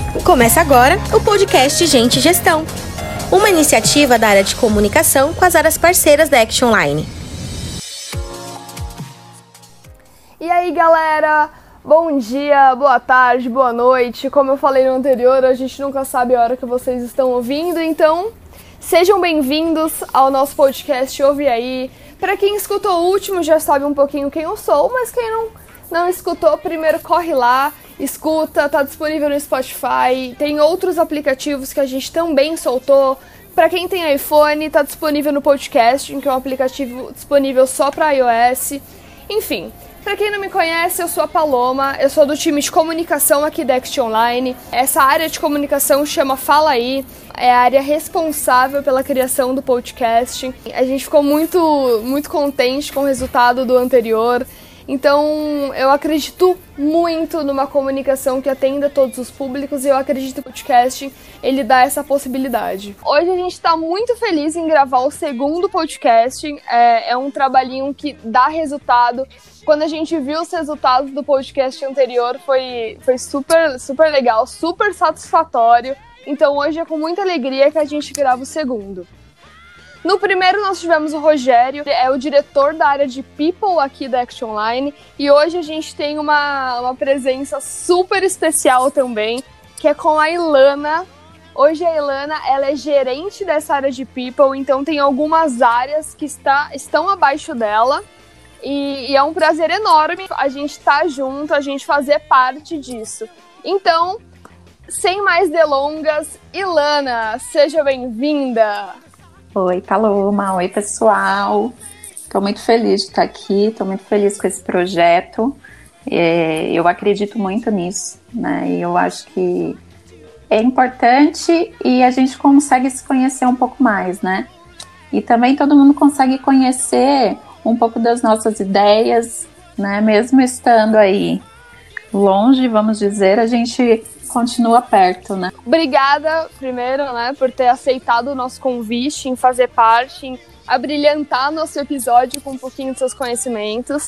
Começa agora o podcast Gente e Gestão, uma iniciativa da área de comunicação com as áreas parceiras da Action Online. E aí, galera? Bom dia, boa tarde, boa noite. Como eu falei no anterior, a gente nunca sabe a hora que vocês estão ouvindo, então sejam bem-vindos ao nosso podcast Ouve Aí. Para quem escutou o último já sabe um pouquinho quem eu sou, mas quem não escutou, primeiro corre lá, escuta, tá disponível no Spotify, tem outros aplicativos que a gente também soltou. Para quem tem iPhone, tá disponível no Podcast, que é um aplicativo disponível só para iOS. Enfim, para quem não me conhece, eu sou a Paloma, eu sou do time de comunicação aqui da Action Online. Essa área de comunicação chama Fala Aí, é a área responsável pela criação do podcast. A gente ficou muito contente com o resultado do anterior. Então, eu acredito muito numa comunicação que atenda todos os públicos e eu acredito que o podcast, ele dá essa possibilidade. Hoje a gente está muito feliz em gravar o segundo podcast. É um trabalhinho que dá resultado. Quando a gente viu os resultados do podcast anterior, foi super legal, super satisfatório. Então, hoje é com muita alegria que a gente grava o segundo. No primeiro nós tivemos o Rogério, é o diretor da área de People aqui da Action Online, e hoje a gente tem uma presença super especial também, que é com a Ilana. Hoje a Ilana, ela é gerente dessa área de People, então tem algumas áreas que estão abaixo dela, e é um prazer enorme a gente estar junto, a gente fazer parte disso. Então, sem mais delongas, Ilana, seja bem-vinda! Oi, Paloma. Oi, pessoal. Estou muito feliz de estar aqui, estou muito feliz com esse projeto. Eu acredito muito nisso, né? E eu acho que é importante e a gente consegue se conhecer um pouco mais, né? E também todo mundo consegue conhecer um pouco das nossas ideias, né? Mesmo estando aí longe, vamos dizer, a gente continua perto, né? Obrigada, primeiro, né, por ter aceitado o nosso convite em fazer parte, em abrilhantar nosso episódio com um pouquinho dos seus conhecimentos.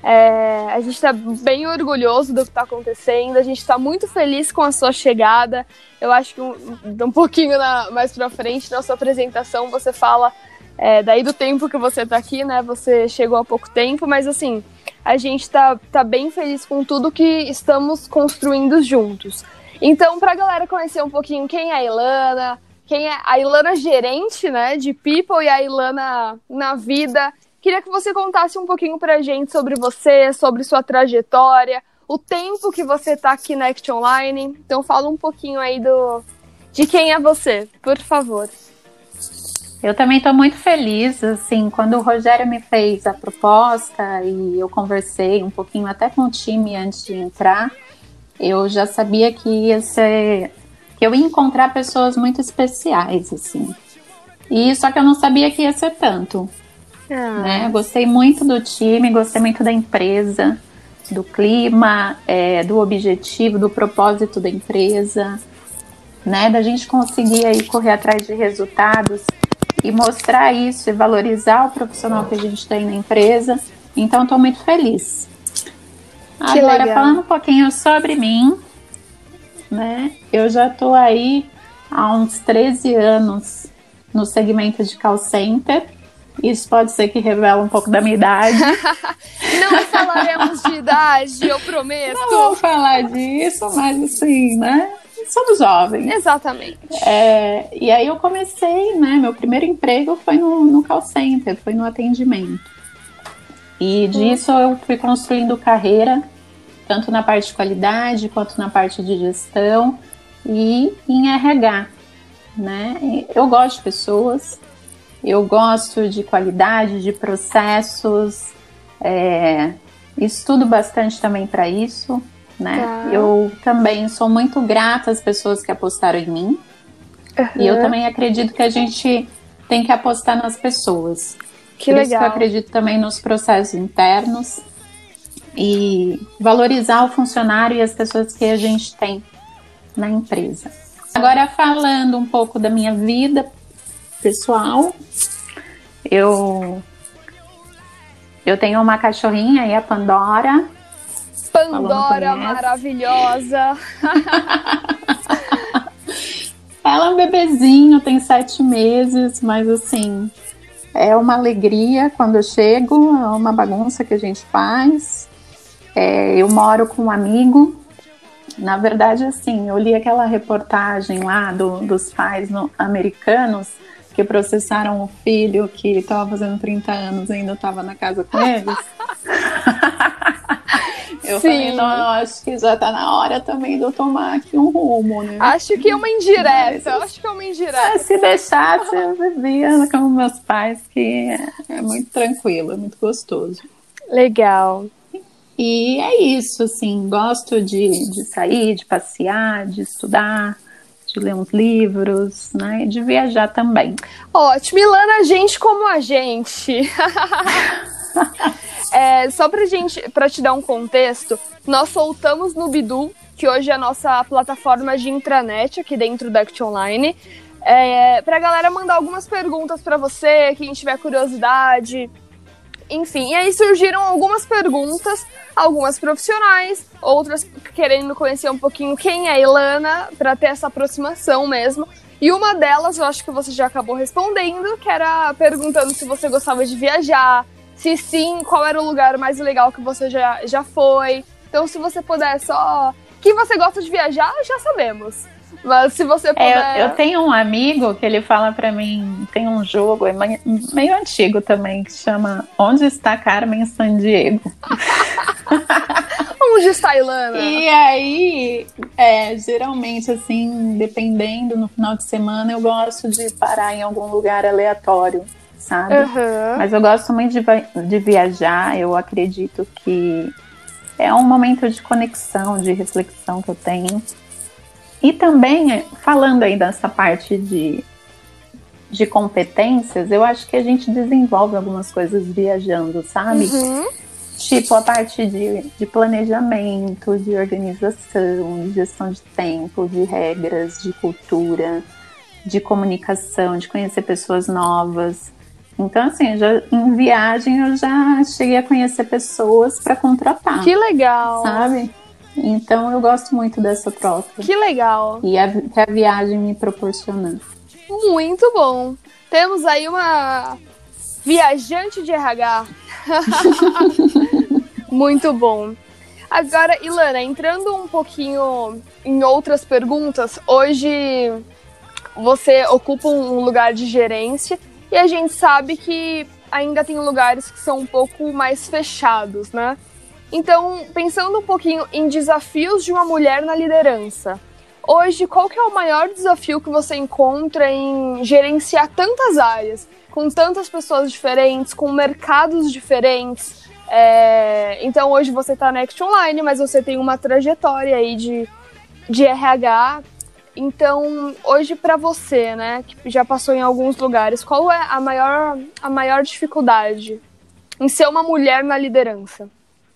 A gente está bem orgulhoso do que está acontecendo, a gente está muito feliz com a sua chegada. Eu acho que um pouquinho mais pra frente, na sua apresentação, você fala daí do tempo que você está aqui, né? Você chegou há pouco tempo, mas assim, a gente está bem feliz com tudo que estamos construindo juntos. Então, para a galera conhecer um pouquinho quem é a Ilana, quem é a Ilana gerente, né, de People e a Ilana na vida, queria que você contasse um pouquinho pra gente sobre você, sobre sua trajetória, o tempo que você está aqui na Action Online. Então, fala um pouquinho aí de quem é você, por favor. Eu também estou muito feliz, assim, quando o Rogério me fez a proposta e eu conversei um pouquinho até com o time antes de entrar, eu já sabia que eu ia encontrar pessoas muito especiais, assim. Só que eu não sabia que ia ser tanto. Né? Eu gostei muito do time, gostei muito da empresa, do clima, do objetivo, do propósito da empresa, né? Da gente conseguir aí correr atrás de resultados e mostrar isso e valorizar o profissional que a gente tem na empresa. Então, estou muito feliz. Agora, falando um pouquinho sobre mim, né? Eu já estou aí há uns 13 anos no segmento de call center. Isso pode ser que revela um pouco da minha idade. Não falaremos de idade, eu prometo. Não vou falar disso, mas assim, né? Somos jovens. Exatamente. E aí eu comecei, né? Meu primeiro emprego foi no call center, foi no atendimento. E disso eu fui construindo carreira, tanto na parte de qualidade, quanto na parte de gestão e em RH, né? Eu gosto de pessoas, eu gosto de qualidade, de processos, estudo bastante também para isso, né? Tá. Eu também sou muito grata às pessoas que apostaram em mim. Uhum. E eu também acredito que a gente tem que apostar nas pessoas. Que Por legal. isso que eu acredito também nos processos internos e valorizar o funcionário e as pessoas que a gente tem na empresa. Agora, falando um pouco da minha vida pessoal, eu tenho uma cachorrinha aí, a Pandora. Pandora maravilhosa. Ela é um bebezinho, tem 7 meses, mas assim, é uma alegria quando eu chego, é uma bagunça que a gente faz. Eu moro com um amigo. Na verdade, assim, eu li aquela reportagem lá dos pais americanos que processaram o filho que estava fazendo 30 anos e ainda estava na casa com eles. Eu falei, não, acho que já tá na hora também de eu tomar aqui um rumo, né? Acho que é uma indireta, Se deixasse, eu vivia com meus pais, que é muito tranquilo, é muito gostoso. Legal. E é isso, assim, gosto de sair, de passear, de estudar, de ler uns livros, né, e de viajar também. Ótimo, Ilana, gente como a gente. Só pra te dar um contexto, nós soltamos no Bidu, que hoje é a nossa plataforma de intranet aqui dentro da Act Online, pra galera mandar algumas perguntas pra você, quem tiver curiosidade. Enfim, e aí surgiram algumas perguntas, algumas profissionais, outras querendo conhecer um pouquinho quem é a Ilana, para ter essa aproximação mesmo. E uma delas, eu acho que você já acabou respondendo, que era perguntando se você gostava de viajar, se sim, qual era o lugar mais legal que você já foi. Então, se você puder só... Que você gosta de viajar, já sabemos. Mas se você puder... Eu tenho um amigo que ele fala pra mim, tem um jogo meio antigo também, que chama Onde está Carmen Sandiego? Onde está a Ilana? E aí, geralmente, assim, dependendo, no final de semana, eu gosto de parar em algum lugar aleatório, sabe? Uhum. Mas eu gosto muito de viajar, eu acredito que é um momento de conexão, de reflexão que eu tenho. E também, falando aí dessa parte de competências, eu acho que a gente desenvolve algumas coisas viajando, sabe? Uhum. Tipo, a parte de planejamento, de organização, de gestão de tempo, de regras, de cultura, de comunicação, de conhecer pessoas novas. Então, assim, em viagem eu já cheguei a conhecer pessoas para contratar. Que legal! Sabe? Então eu gosto muito dessa troca. Que legal! E a viagem me proporciona. Muito bom! Temos aí uma viajante de RH. Muito bom. Agora, Ilana, entrando um pouquinho em outras perguntas, hoje você ocupa um lugar de gerência e a gente sabe que ainda tem lugares que são um pouco mais fechados, né? Então, pensando um pouquinho em desafios de uma mulher na liderança, hoje, qual que é o maior desafio que você encontra em gerenciar tantas áreas, com tantas pessoas diferentes, com mercados diferentes? Então, hoje você está na Act Online, mas você tem uma trajetória aí de RH. Então, hoje para você, né, que já passou em alguns lugares, qual é a maior dificuldade em ser uma mulher na liderança?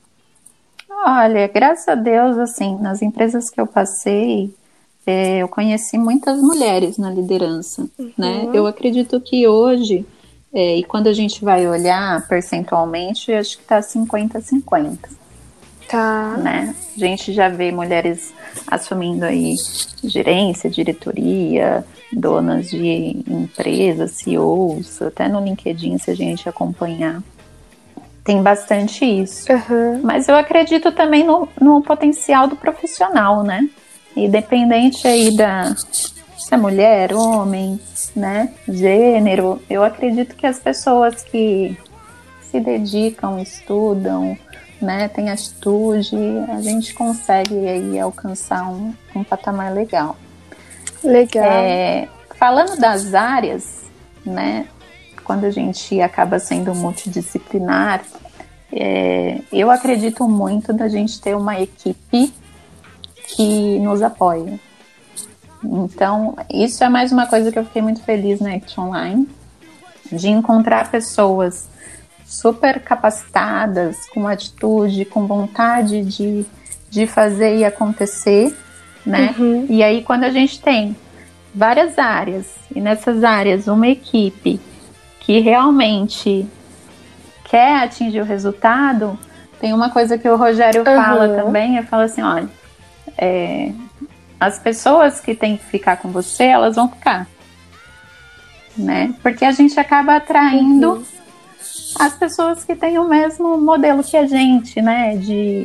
Olha, graças a Deus, assim, nas empresas que eu passei, eu conheci muitas mulheres na liderança, né? Eu acredito que hoje, e quando a gente vai olhar percentualmente, acho que tá 50-50. Tá. Né? A gente já vê mulheres assumindo aí gerência, diretoria, donas de empresas, CEOs, até no LinkedIn, se a gente acompanhar. Tem bastante isso. Uhum. Mas eu acredito também no potencial do profissional, né? Independente aí se é mulher, homem, né? Gênero, eu acredito que as pessoas que se dedicam, estudam, né, tem atitude, a gente consegue aí alcançar um patamar legal. Legal. Falando das áreas, né? Quando a gente acaba sendo multidisciplinar, eu acredito muito da gente ter uma equipe que nos apoia. Então, isso é mais uma coisa que eu fiquei muito feliz na Act Online, de encontrar pessoas super capacitadas, com atitude, com vontade de fazer e acontecer, né? Uhum. E aí, quando a gente tem várias áreas, e nessas áreas uma equipe que realmente quer atingir o resultado, tem uma coisa que o Rogério fala também, ele fala assim, olha, as pessoas que têm que ficar com você, elas vão ficar, né? Porque a gente acaba atraindo as pessoas que têm o mesmo modelo que a gente, né? De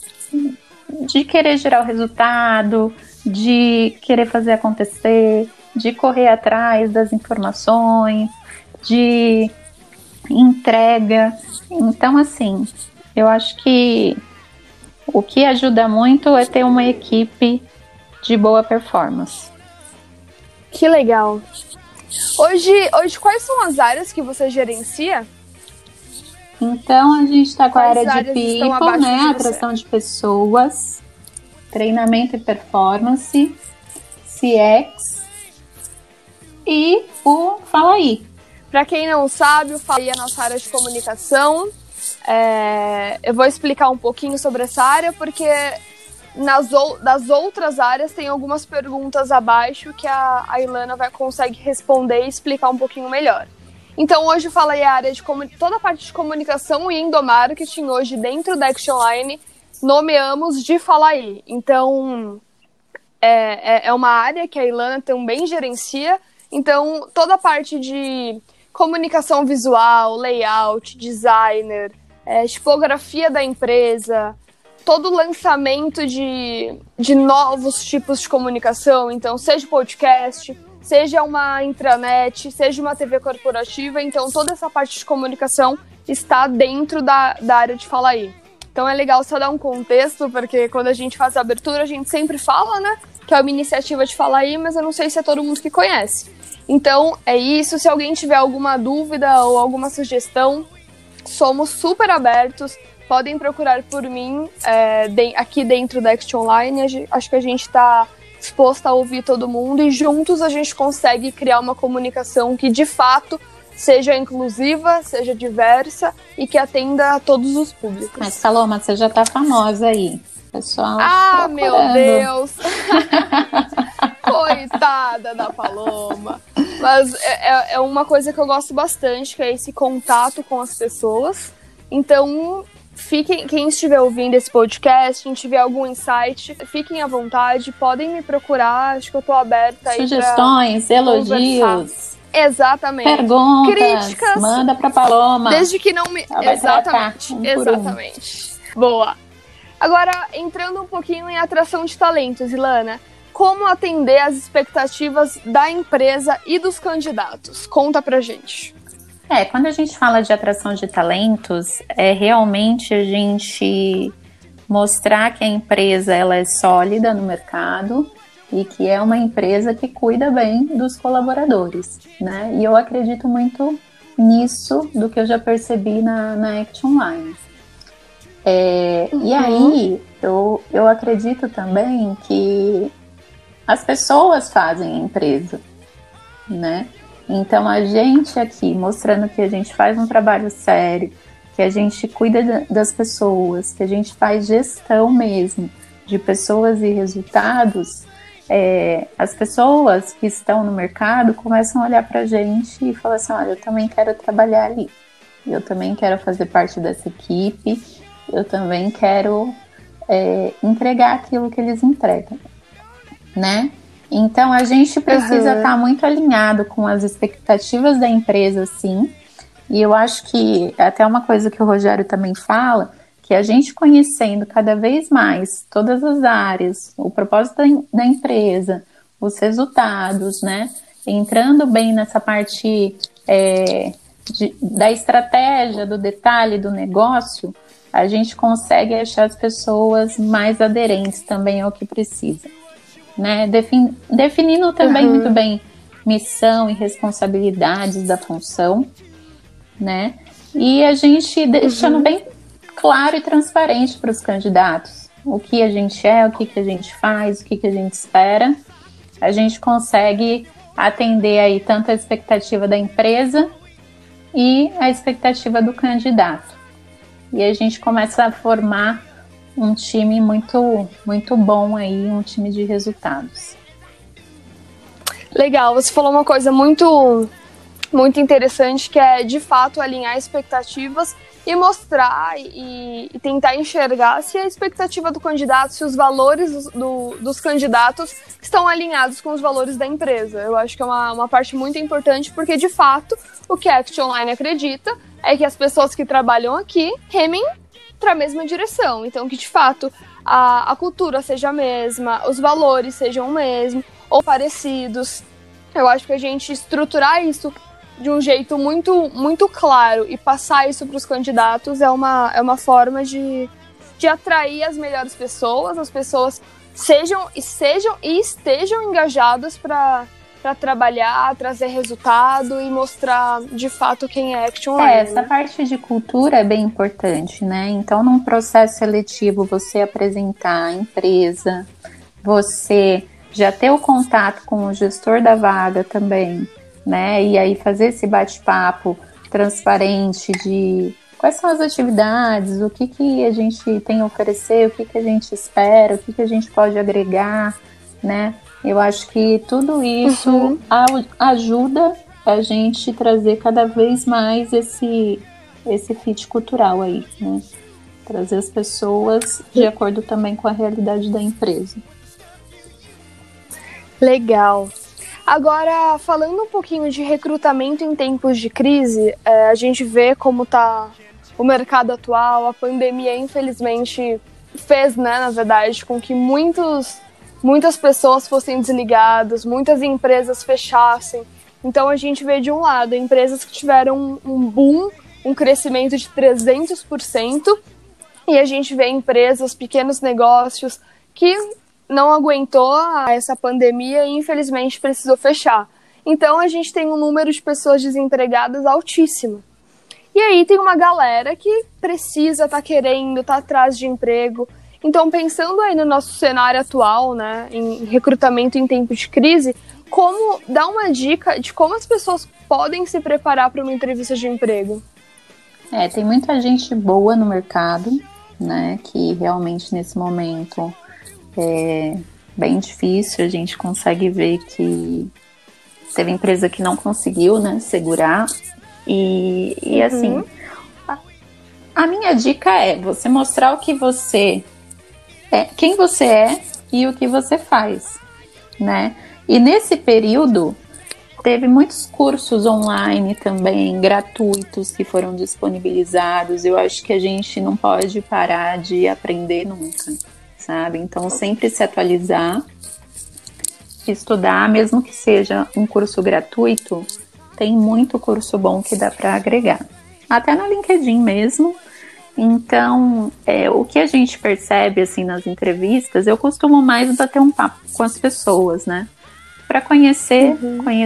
querer gerar o resultado, de querer fazer acontecer, de correr atrás das informações, de entrega. Então, assim, eu acho que o que ajuda muito é ter uma equipe de boa performance. Que legal. Hoje quais são as áreas que você gerencia? Então, a gente está com a Quais área de áreas estão people, abaixo né? de você? Atração de pessoas, treinamento e performance, CX e o Fala Aí. Para quem não sabe, o Fala Aí é a nossa área de comunicação. Eu vou explicar um pouquinho sobre essa área, porque das outras áreas tem algumas perguntas abaixo que a Ilana consegue responder e explicar um pouquinho melhor. Então hoje eu falei a área de toda a parte de comunicação e endomarketing. Hoje dentro da Action Line nomeamos de Fala Aí. Então é uma área que a Ilana também gerencia. Então toda a parte de comunicação visual, layout, designer, tipografia da empresa, todo o lançamento de novos tipos de comunicação, então seja podcast, seja uma intranet, seja uma TV corporativa, então toda essa parte de comunicação está dentro da área de Fala Aí. Então é legal só dar um contexto, porque quando a gente faz a abertura a gente sempre fala, né, que é uma iniciativa de Fala Aí, mas eu não sei se é todo mundo que conhece. Então é isso, se alguém tiver alguma dúvida ou alguma sugestão, somos super abertos. Podem procurar por mim aqui dentro da Action Line. Acho que a gente está disposto a ouvir todo mundo e juntos a gente consegue criar uma comunicação que de fato seja inclusiva, seja diversa e que atenda a todos os públicos. Mas, Paloma, você já tá famosa aí. Pessoal, meu Deus! Coitada da Paloma! Mas é uma coisa que eu gosto bastante, que é esse contato com as pessoas. Então, quem estiver ouvindo esse podcast, quem tiver algum insight, fiquem à vontade, podem me procurar, acho que eu tô aberta aí. Sugestões, elogios. Exatamente. Perguntas, críticas. Manda pra Paloma. Desde que não me... Exatamente. Exatamente. Boa. Agora, entrando um pouquinho em atração de talentos, Ilana, como atender às expectativas da empresa e dos candidatos? Conta pra gente. Quando a gente fala de atração de talentos, é realmente a gente mostrar que a empresa ela é sólida no mercado e que é uma empresa que cuida bem dos colaboradores, né? E eu acredito muito nisso do que eu já percebi na Action Line. E aí, eu acredito também que as pessoas fazem a empresa, né? Então, a gente aqui, mostrando que a gente faz um trabalho sério, que a gente cuida das pessoas, que a gente faz gestão mesmo de pessoas e resultados, as pessoas que estão no mercado começam a olhar pra gente e falar assim, olha, eu também quero trabalhar ali, eu também quero fazer parte dessa equipe, eu também quero entregar aquilo que eles entregam, né? Então, a gente precisa estar muito alinhado com as expectativas da empresa, sim. E eu acho que, até uma coisa que o Rogério também fala, que a gente conhecendo cada vez mais todas as áreas, o propósito da empresa, os resultados, né? Entrando bem nessa parte da estratégia, do detalhe do negócio, a gente consegue achar as pessoas mais aderentes também ao que precisa. Né? Definindo também muito bem missão e responsabilidades da função, né? E a gente deixando bem claro e transparente para os candidatos o que a gente o que a gente faz, o que a gente espera. A gente consegue atender aí tanto a expectativa da empresa e a expectativa do candidato. E a gente começa a formar um time muito, muito bom aí, um time de resultados. Legal, você falou uma coisa muito, muito interessante, que é de fato alinhar expectativas e mostrar e tentar enxergar se a expectativa do candidato, se os valores dos candidatos estão alinhados com os valores da empresa. Eu acho que é uma parte muito importante, porque, de fato, o que a Action Online acredita é que as pessoas que trabalham aqui remem para a mesma direção. Então, que, de fato, a cultura seja a mesma, os valores sejam o mesmo ou parecidos. Eu acho que a gente estruturar isso de um jeito muito, muito claro e passar isso para os candidatos é uma forma de atrair as melhores pessoas, as pessoas sejam e estejam engajadas para trabalhar, trazer resultado e mostrar de fato quem é Action Online. Essa parte de cultura é bem importante, né? Então, num processo seletivo, você apresentar a empresa, você já ter o contato com o gestor da vaga também, né? E aí fazer esse bate-papo transparente de quais são as atividades, o que a gente tem a oferecer, o que a gente espera, o que a gente pode agregar, né? Eu acho que tudo isso ajuda a gente trazer cada vez mais esse fit cultural aí, né? Trazer as pessoas de acordo também com a realidade da empresa. Legal. Agora, falando um pouquinho de recrutamento em tempos de crise, a gente vê como está o mercado atual. A pandemia, infelizmente, fez, né, na verdade, com que muitas pessoas fossem desligadas, muitas empresas fechassem. Então, a gente vê, de um lado, empresas que tiveram um boom, um crescimento de 300%, e a gente vê empresas, pequenos negócios, que não aguentou essa pandemia e infelizmente precisou fechar. Então a gente tem um número de pessoas desempregadas altíssimo. E aí tem uma galera que precisa, tá querendo, tá atrás de emprego. Então, pensando aí no nosso cenário atual, né, em recrutamento em tempo de crise, como dar uma dica de como as pessoas podem se preparar para uma entrevista de emprego? Tem muita gente boa no mercado, né, que realmente nesse momento é bem difícil. A gente consegue ver que teve empresa que não conseguiu, né, segurar. E assim, a minha dica é você mostrar o que você é, quem você é e o que você faz, né? E nesse período teve muitos cursos online também, gratuitos, que foram disponibilizados. Eu acho que a gente não pode parar de aprender nunca, sabe? Então, sempre se atualizar, estudar, mesmo que seja um curso gratuito, tem muito curso bom que dá para agregar. Até no LinkedIn mesmo. Então, o que a gente percebe, assim, nas entrevistas, eu costumo mais bater um papo com as pessoas, né? Para conhecer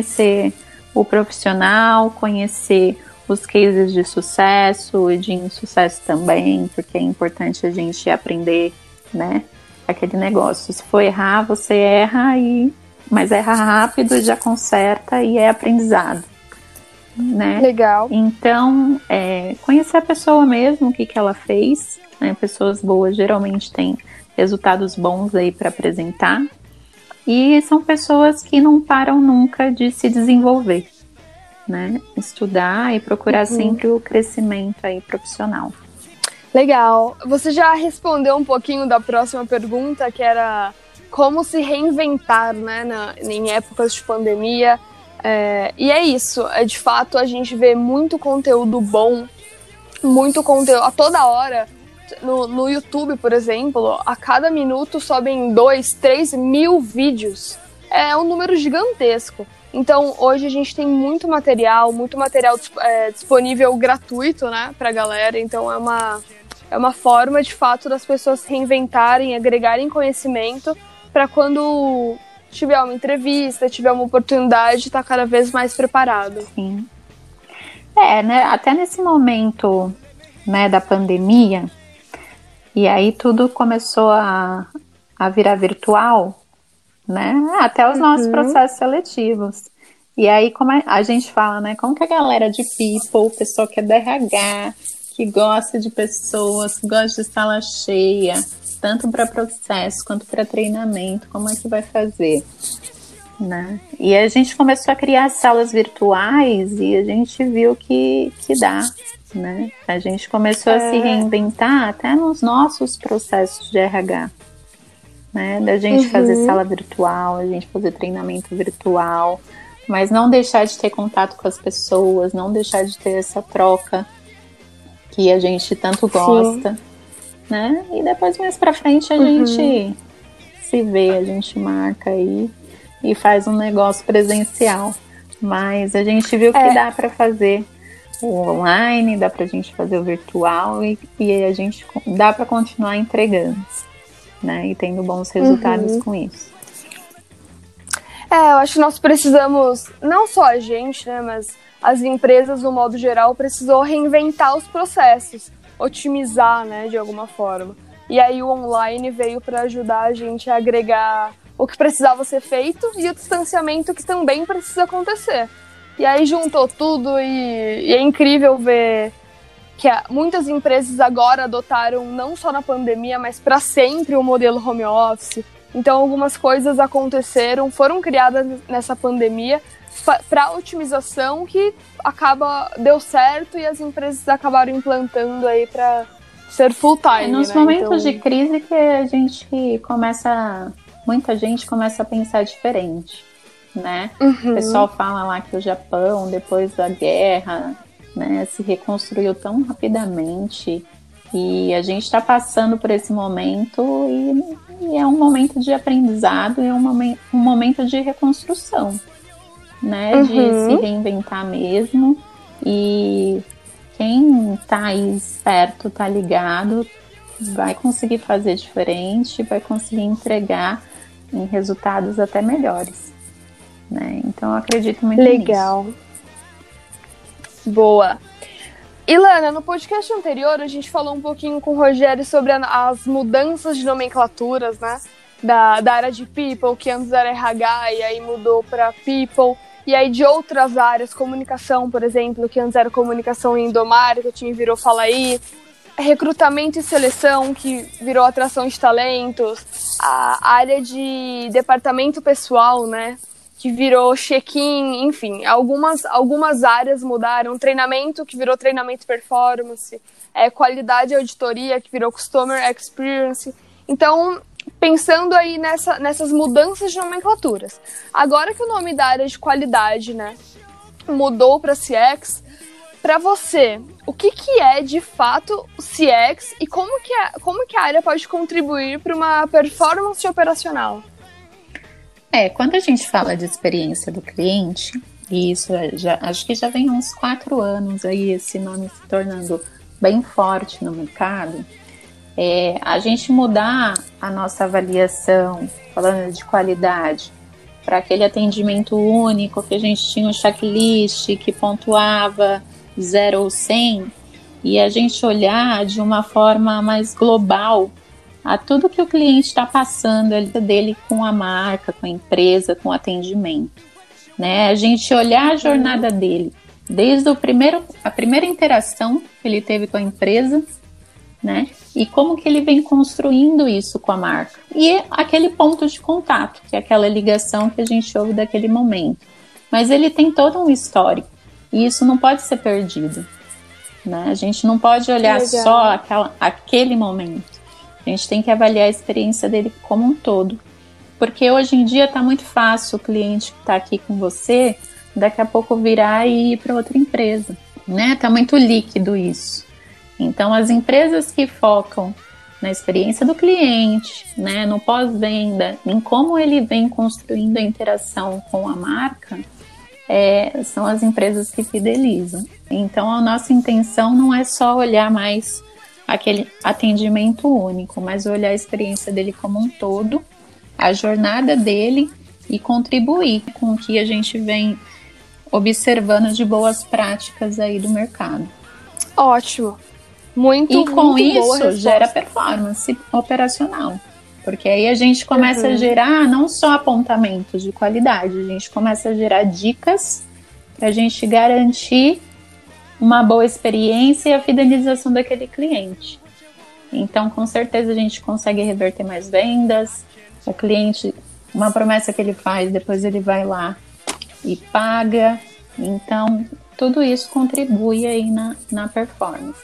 o profissional, conhecer os cases de sucesso e de insucesso também, porque é importante a gente aprender, né? Aquele negócio, se for errar, você erra, mas erra rápido, já conserta e é aprendizado, né? Legal. Então, conhecer a pessoa mesmo, o que ela fez, né? Pessoas boas geralmente têm resultados bons aí para apresentar. E são pessoas que não param nunca de se desenvolver, né? Estudar e procurar sempre o crescimento aí profissional. Legal. Você já respondeu um pouquinho da próxima pergunta, que era como se reinventar, né, em épocas de pandemia. E é isso. De fato, a gente vê muito conteúdo bom, muito conteúdo a toda hora. No YouTube, por exemplo, a cada minuto sobem 2, 3 mil vídeos. É um número gigantesco. Então, hoje a gente tem muito material disponível gratuito, né, pra galera. Então, é uma forma, de fato, das pessoas se reinventarem, agregarem conhecimento para quando tiver uma entrevista, tiver uma oportunidade, estar cada vez mais preparado. Sim. Né, até nesse momento, né, da pandemia, e aí tudo começou a virar virtual, né? Até os nossos processos seletivos. E aí, como a gente fala, né? Como que a galera de people, o pessoal que é do RH, que gosta de pessoas, que gosta de sala cheia, tanto para processo quanto para treinamento, como é que vai fazer? né? E a gente começou a criar salas virtuais e a gente viu que dá, né? A gente começou a se reinventar até nos nossos processos de RH, né? Da gente fazer sala virtual, a gente fazer treinamento virtual, mas não deixar de ter contato com as pessoas, não deixar de ter essa troca que a gente tanto gosta, né? E depois mais pra frente a gente se vê, a gente marca aí e faz um negócio presencial. Mas a gente viu que dá para fazer o online, dá pra gente fazer o virtual e a gente dá para continuar entregando, né? E tendo bons resultados com isso. Eu acho que nós precisamos, não só a gente, né, mas as empresas, no modo geral, precisou reinventar os processos, otimizar, né, de alguma forma. E aí o online veio para ajudar a gente a agregar o que precisava ser feito e o distanciamento que também precisa acontecer. E aí juntou tudo e é incrível ver que muitas empresas agora adotaram, não só na pandemia, mas para sempre, o modelo home office. Então algumas coisas aconteceram, foram criadas nessa pandemia para otimização que deu certo e as empresas acabaram implantando aí para ser full time. Nos momentos de crise que muita gente começa a pensar diferente, né? O pessoal fala lá que o Japão, depois da guerra, né, se reconstruiu tão rapidamente e a gente está passando por esse momento e é um momento de aprendizado e é um momento de reconstrução, né? De se reinventar mesmo. E quem tá aí esperto, tá ligado, vai conseguir fazer diferente, vai conseguir entregar em resultados até melhores, né? Então eu acredito muito nisso. Legal. Boa. Ilana, no podcast anterior a gente falou um pouquinho com o Rogério sobre as mudanças de nomenclaturas, né? Da área de People, que antes era RH e aí mudou para People. E aí de outras áreas, comunicação, por exemplo, que antes era comunicação e endomarketing, virou Fala Aí. Recrutamento e seleção, que virou atração de talentos. A área de departamento pessoal, né? Que virou check-in, enfim, algumas áreas mudaram. Treinamento, que virou treinamento performance. Qualidade e auditoria, que virou customer experience. Então, pensando aí nessas mudanças de nomenclaturas. Agora que o nome da área de qualidade, né, mudou para CX, para você, o que é de fato o CX e como que a área pode contribuir para uma performance operacional? Quando a gente fala de experiência do cliente, e isso acho que já vem uns 4 anos aí esse nome se tornando bem forte no mercado, a gente mudar a nossa avaliação, falando de qualidade, para aquele atendimento único, que a gente tinha um checklist que pontuava 0 ou 100, e a gente olhar de uma forma mais global a tudo que o cliente está passando ali dele com a marca, com a empresa, com o atendimento, né? A gente olhar a jornada dele, desde a primeira interação que ele teve com a empresa, né? E como que ele vem construindo isso com a marca. E aquele ponto de contato, que é aquela ligação que a gente ouve daquele momento. Mas ele tem todo um histórico, e isso não pode ser perdido, né? A gente não pode olhar só aquele momento. A gente tem que avaliar a experiência dele como um todo. Porque hoje em dia está muito fácil o cliente que está aqui com você, daqui a pouco virar e ir para outra empresa, né? Está muito líquido isso. Então, as empresas que focam na experiência do cliente, né, no pós-venda, em como ele vem construindo a interação com a marca, são as empresas que fidelizam. Então, a nossa intenção não é só olhar mais aquele atendimento único, mas olhar a experiência dele como um todo, a jornada dele e contribuir com o que a gente vem observando de boas práticas aí do mercado. Ótimo. E com isso gera performance operacional, porque aí a gente começa a gerar não só apontamentos de qualidade, a gente começa a gerar dicas para a gente garantir uma boa experiência e a fidelização daquele cliente. Então, com certeza a gente consegue reverter mais vendas, o cliente uma promessa que ele faz, depois ele vai lá e paga. Então, tudo isso contribui aí na performance.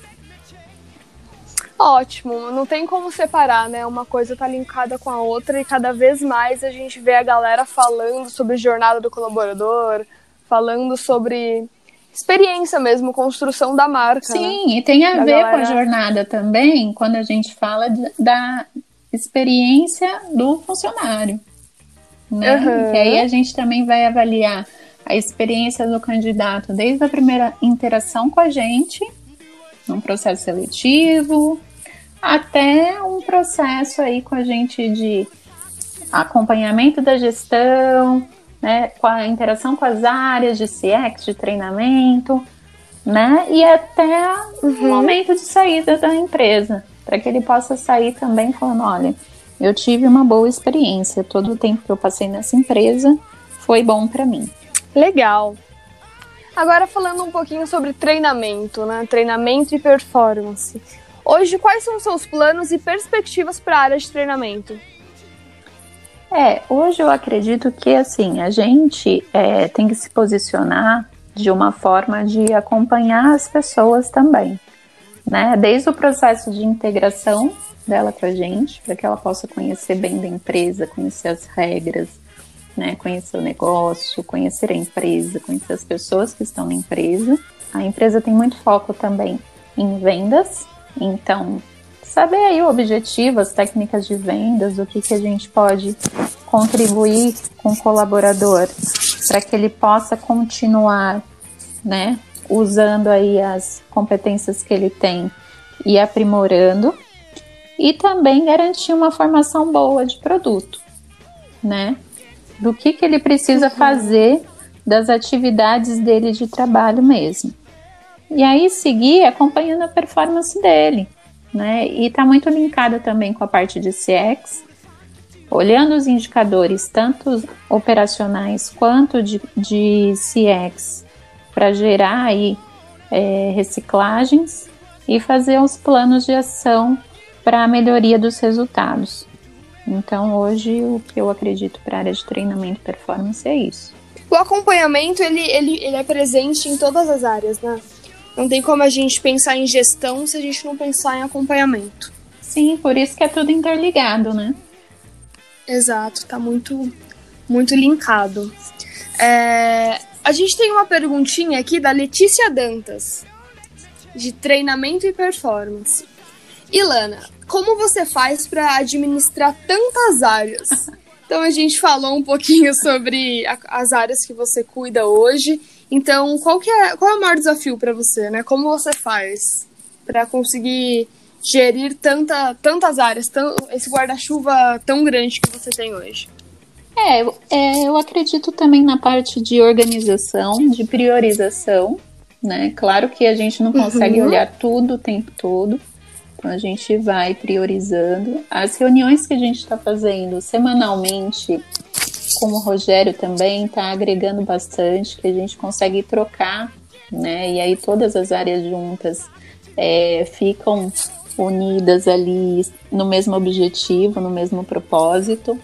Ótimo, não tem como separar, né? Uma coisa tá linkada com a outra e cada vez mais a gente vê a galera falando sobre jornada do colaborador, falando sobre experiência mesmo, construção da marca. Sim, né? E tem a Da ver galera... com a jornada também, quando a gente fala da experiência do funcionário, né? Uhum. Que aí a gente também vai avaliar a experiência do candidato desde a primeira interação com a gente, num processo seletivo, até um processo aí com a gente de acompanhamento da gestão, né, com a interação com as áreas de CX, de treinamento, né, e até o momento de saída da empresa, para que ele possa sair também falando, olha, eu tive uma boa experiência, todo o tempo que eu passei nessa empresa foi bom para mim. Legal. Agora falando um pouquinho sobre treinamento, né? Treinamento e performance. Hoje, quais são os seus planos e perspectivas para a área de treinamento? Hoje eu acredito que assim, a gente tem que se posicionar de uma forma de acompanhar as pessoas também, né? Desde o processo de integração dela com a gente, para que ela possa conhecer bem da empresa, conhecer as regras, né, conhecer o negócio, conhecer a empresa, conhecer as pessoas que estão na empresa. A empresa tem muito foco também em vendas, então saber aí o objetivo, as técnicas de vendas, o que a gente pode contribuir com o colaborador para que ele possa continuar, né, usando aí as competências que ele tem e aprimorando, e também garantir uma formação boa de produto, né? Do que ele precisa fazer das atividades dele de trabalho mesmo. E aí seguir acompanhando a performance dele, né? E está muito linkado também com a parte de CX, olhando os indicadores, tanto operacionais quanto de CX, para gerar aí reciclagens e fazer os planos de ação para a melhoria dos resultados. Então, hoje, o que eu acredito para a área de treinamento e performance é isso. O acompanhamento, ele é presente em todas as áreas, né? Não tem como a gente pensar em gestão se a gente não pensar em acompanhamento. Sim, por isso que é tudo interligado, né? Exato, tá muito, muito linkado. A gente tem uma perguntinha aqui da Letícia Dantas, de treinamento e performance. Ilana, como você faz para administrar tantas áreas? Então a gente falou um pouquinho sobre as áreas que você cuida hoje. Então qual é o maior desafio para você, né? Como você faz para conseguir gerir tantas áreas, esse guarda-chuva tão grande que você tem hoje? Eu acredito também na parte de organização, de priorização, né? Claro que a gente não consegue olhar tudo o tempo todo. Então, a gente vai priorizando. As reuniões que a gente está fazendo semanalmente, com o Rogério também, está agregando bastante, que a gente consegue trocar, né? E aí todas as áreas juntas ficam unidas ali no mesmo objetivo, no mesmo propósito.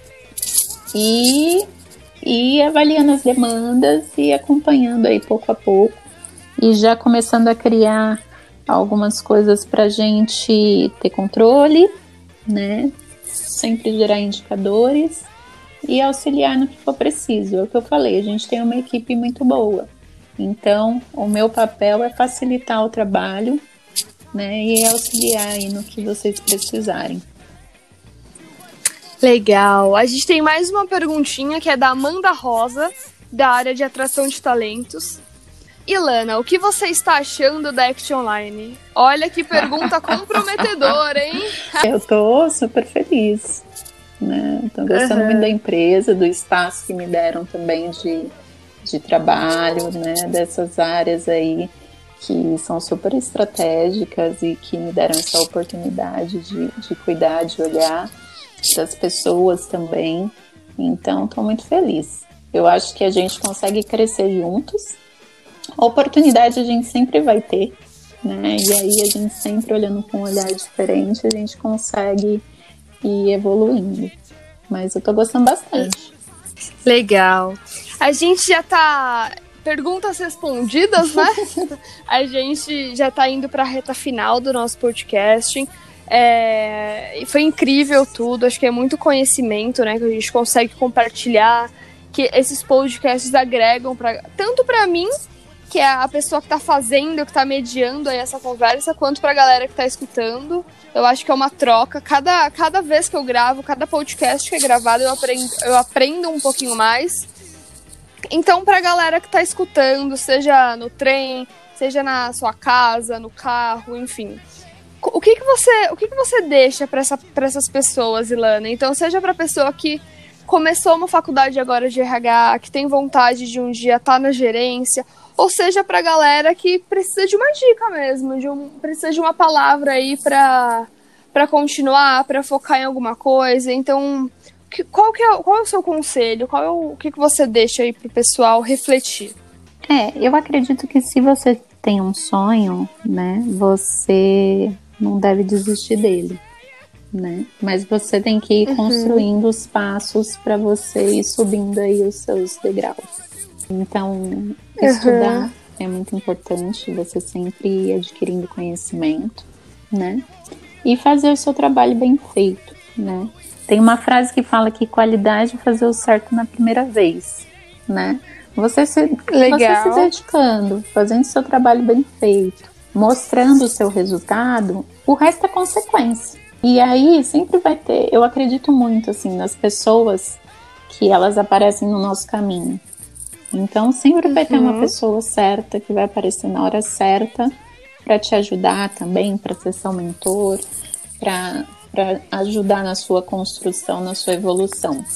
E avaliando as demandas e acompanhando aí pouco a pouco. E já começando a criar algumas coisas para a gente ter controle, né? Sempre gerar indicadores e auxiliar no que for preciso. É o que eu falei, a gente tem uma equipe muito boa. Então, o meu papel é facilitar o trabalho, né? E auxiliar aí no que vocês precisarem. Legal. A gente tem mais uma perguntinha que é da Amanda Rosa, da área de atração de talentos. Ilana, o que você está achando da Action Online? Olha que pergunta comprometedora, hein? Eu tô super feliz, né? Tô gostando muito da empresa, do espaço que me deram também de trabalho, né? Dessas áreas aí que são super estratégicas e que me deram essa oportunidade de cuidar, de olhar das pessoas também. Então, tô muito feliz. Eu acho que a gente consegue crescer juntos. A oportunidade a gente sempre vai ter, né? E aí a gente sempre olhando com um olhar diferente, a gente consegue ir evoluindo. mas eu tô gostando bastante. Legal. A gente já tá... Perguntas respondidas, né? A gente já tá indo pra reta final do nosso podcast. Foi incrível tudo, acho que é muito conhecimento, né, que a gente consegue compartilhar, que esses podcasts agregam tanto pra mim, que é a pessoa que tá fazendo, que tá mediando aí essa conversa, quanto pra galera que tá escutando. Eu acho que é uma troca, cada vez que eu gravo, cada podcast que é gravado, eu aprendo um pouquinho mais. Então, pra galera que tá escutando, seja no trem, seja na sua casa, no carro, enfim, o que você deixa pra essas pessoas, Ilana? Então, seja pra pessoa que começou uma faculdade agora de RH, que tem vontade de um dia estar na gerência, ou seja pra galera que precisa de uma dica mesmo, precisa de uma palavra aí pra continuar, pra focar em alguma coisa. Então, qual é o seu conselho? O que você deixa aí pro pessoal refletir? Eu acredito que se você tem um sonho, né, você não deve desistir dele, né? Mas você tem que ir construindo os passos para você ir subindo aí os seus degraus. Então, estudar é muito importante, você sempre ir adquirindo conhecimento, né? E fazer o seu trabalho bem feito, né? Tem uma frase que fala que qualidade é fazer o certo na primeira vez, né? Você se dedicando, fazendo o seu trabalho bem feito, mostrando o seu resultado, o resto é consequência. E aí sempre vai ter, eu acredito muito assim, nas pessoas que elas aparecem no nosso caminho. Então sempre vai ter uma pessoa certa que vai aparecer na hora certa para te ajudar também, para ser seu mentor, para ajudar na sua construção, na sua evolução.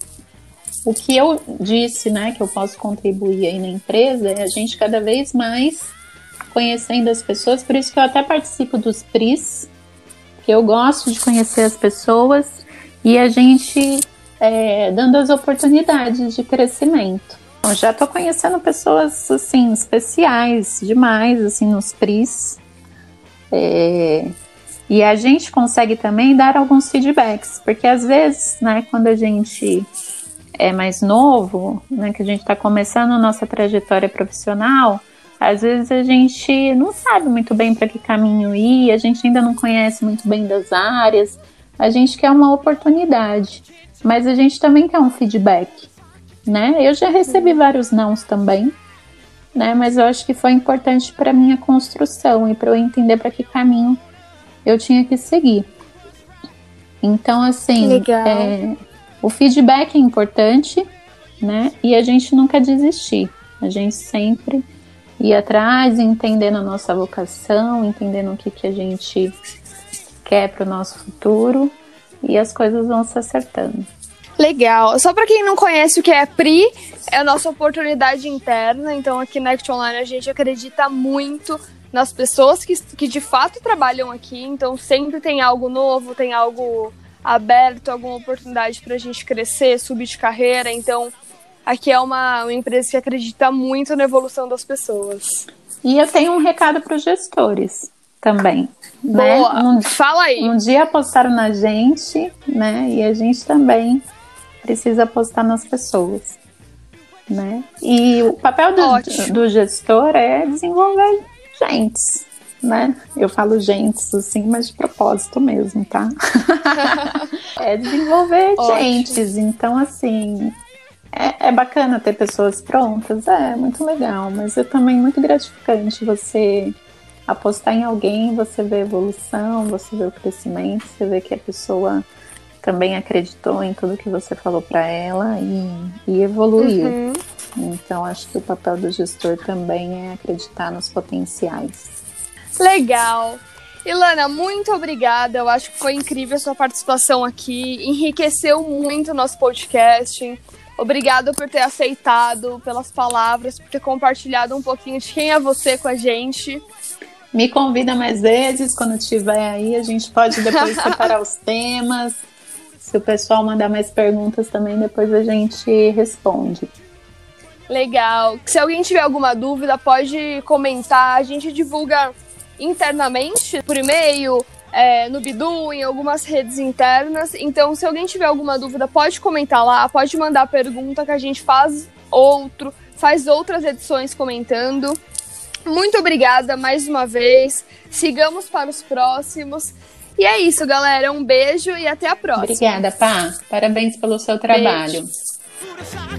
O que eu disse, né, que eu posso contribuir aí na empresa é a gente cada vez mais conhecendo as pessoas, por isso que eu até participo dos PRIs, que eu gosto de conhecer as pessoas e a gente dando as oportunidades de crescimento. Eu já estou conhecendo pessoas assim especiais demais assim nos PRIs. E a gente consegue também dar alguns feedbacks, porque às vezes, né, quando a gente é mais novo, né, que a gente está começando a nossa trajetória profissional, às vezes a gente não sabe muito bem para que caminho ir, a gente ainda não conhece muito bem das áreas, a gente quer uma oportunidade, mas a gente também quer um feedback, né? Eu já recebi vários nãos também, né, mas eu acho que foi importante para minha construção e para eu entender para que caminho eu tinha que seguir. Então, assim, o feedback é importante, né? E a gente nunca desistir. A gente sempre ir atrás, entendendo a nossa vocação, entendendo o que a gente quer para o nosso futuro, e as coisas vão se acertando. Legal. Só para quem não conhece o que é PRI, é a nossa oportunidade interna. Então, aqui na Action Online a gente acredita muito nas pessoas que de fato trabalham aqui, então sempre tem algo novo, tem algo aberto, alguma oportunidade para a gente crescer, subir de carreira. Então, aqui é uma empresa que acredita muito na evolução das pessoas. E eu tenho um recado para os gestores também. Boa, né? Fala aí. Um dia apostaram na gente, né? E a gente também precisa apostar nas pessoas, né? E o papel do gestor é desenvolver gentes, né? Eu falo gentes assim, mas de propósito mesmo, tá? É desenvolver gentes. Então, assim, é bacana ter pessoas prontas, é muito legal, mas é também muito gratificante você apostar em alguém, você vê a evolução, você vê o crescimento, você vê que a pessoa também acreditou em tudo que você falou para ela e evoluiu. Então, acho que o papel do gestor também é acreditar nos potenciais. Legal! Ilana, muito obrigada. Eu acho que foi incrível a sua participação aqui. Enriqueceu muito o nosso podcast. Obrigada por ter aceitado, pelas palavras, por ter compartilhado um pouquinho de quem é você com a gente. Me convida mais vezes, quando estiver aí, a gente pode depois separar os temas. Se o pessoal mandar mais perguntas também, depois a gente responde. Legal. Se alguém tiver alguma dúvida, pode comentar. A gente divulga internamente, por e-mail, no Bidu, em algumas redes internas. Então, se alguém tiver alguma dúvida, pode comentar lá, pode mandar pergunta que a gente faz outras edições comentando. Muito obrigada mais uma vez. Sigamos para os próximos. E é isso, galera. Um beijo e até a próxima. Obrigada, Pá. Parabéns pelo seu trabalho. Beijo.